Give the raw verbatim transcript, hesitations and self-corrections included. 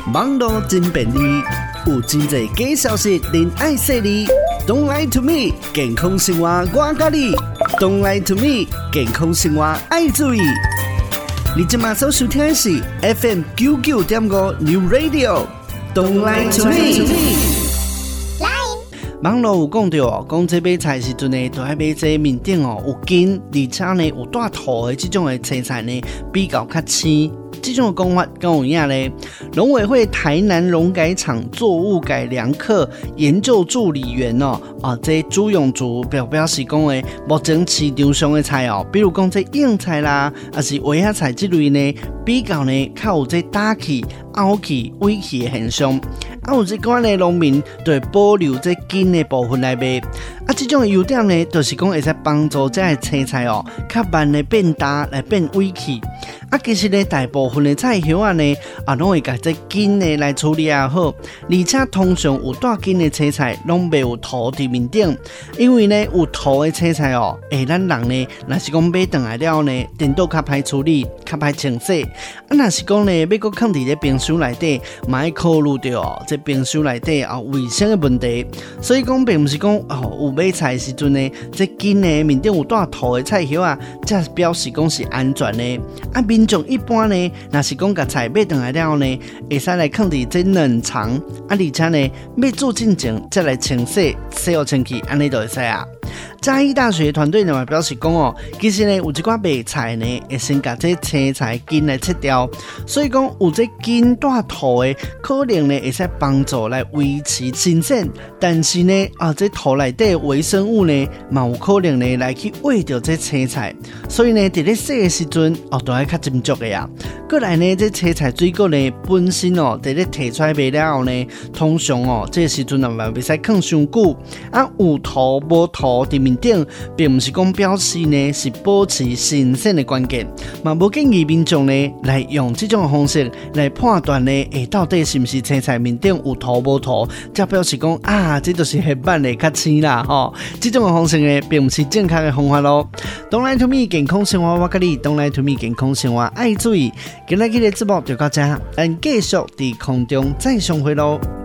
网络真便利，有真侪假消息，恁爱说你。Don't lie to me， 健康生活我教你。Don't lie to me， 健康生活爱注意。你今麦所收听的是 F M 九九点五 New Radio。Don't lie to me。网络有讲到哦，讲这买菜时阵呢，都爱买这面顶哦有筋，而且呢有带土的这种的青菜呢，比较较青。这种的讲法跟有影呢。农委会台南农改场作物改良课研究助理员哦，啊，这朱永竹表表示讲的，目前市场上的菜哦，比如讲这硬菜啦，还是苇仔菜这类呢，比较呢较有这打气、凹气、萎气的现象。啊，有这款的农民就会保留这筋的部分来卖。啊，这种的优点呢，就是讲会使帮助这个青菜哦，较慢的变大来变萎气。啊，其实呢，大部分的菜叶啊呢，啊，拢会甲这筋呢来处理也好，而且通常有带筋的青菜，拢袂有土伫面顶，因为呢有土的青菜哦，诶，咱人呢，若是讲买回来了呢，电脑较歹处理，较歹清洗。啊，若是讲呢，要搁放伫咧冰箱内底，嘛要考虑到哦，这冰箱内底啊卫生的问题。所以讲，并不是讲哦，有买菜的时阵呢，这筋呢面顶有带土的菜叶啊，才表示讲是安全的。啊，民众一般呢，若是讲甲菜买回来了呢，会使来放伫这冷藏，啊，而且呢，要做进前再来清洗，洗好清气，安尼就会使啊。嘉义大学团队呢表示讲哦，其实呢有一寡卖菜呢会先把这青菜根来切掉，所以讲有这根带土的，可能呢会使帮助来维持新鲜，但是呢啊这土内底微生物呢，嘛有可能呢来去喂掉这青菜，所以呢在咧洗的时阵哦都要较斟酌的呀。过来呢这青菜水果呢本身哦在咧提出来卖了后呢，通常哦这个时阵啊嘛袂使放伤久，啊有土无土伫面顶，并不是讲表示呢是保持新鲜的关键，嘛无建议民众呢来用这种方式来判断呢，诶到底是不是青菜面顶有土无土，才表示讲啊，这就是黑板的较青啦吼。这种的方式呢，并不是正确的方法咯。Don't lie to me， 健康生活我教你。Don't lie to me， 健康生活爱注意。今日的节目就到这，咱继续在空中再相会咯。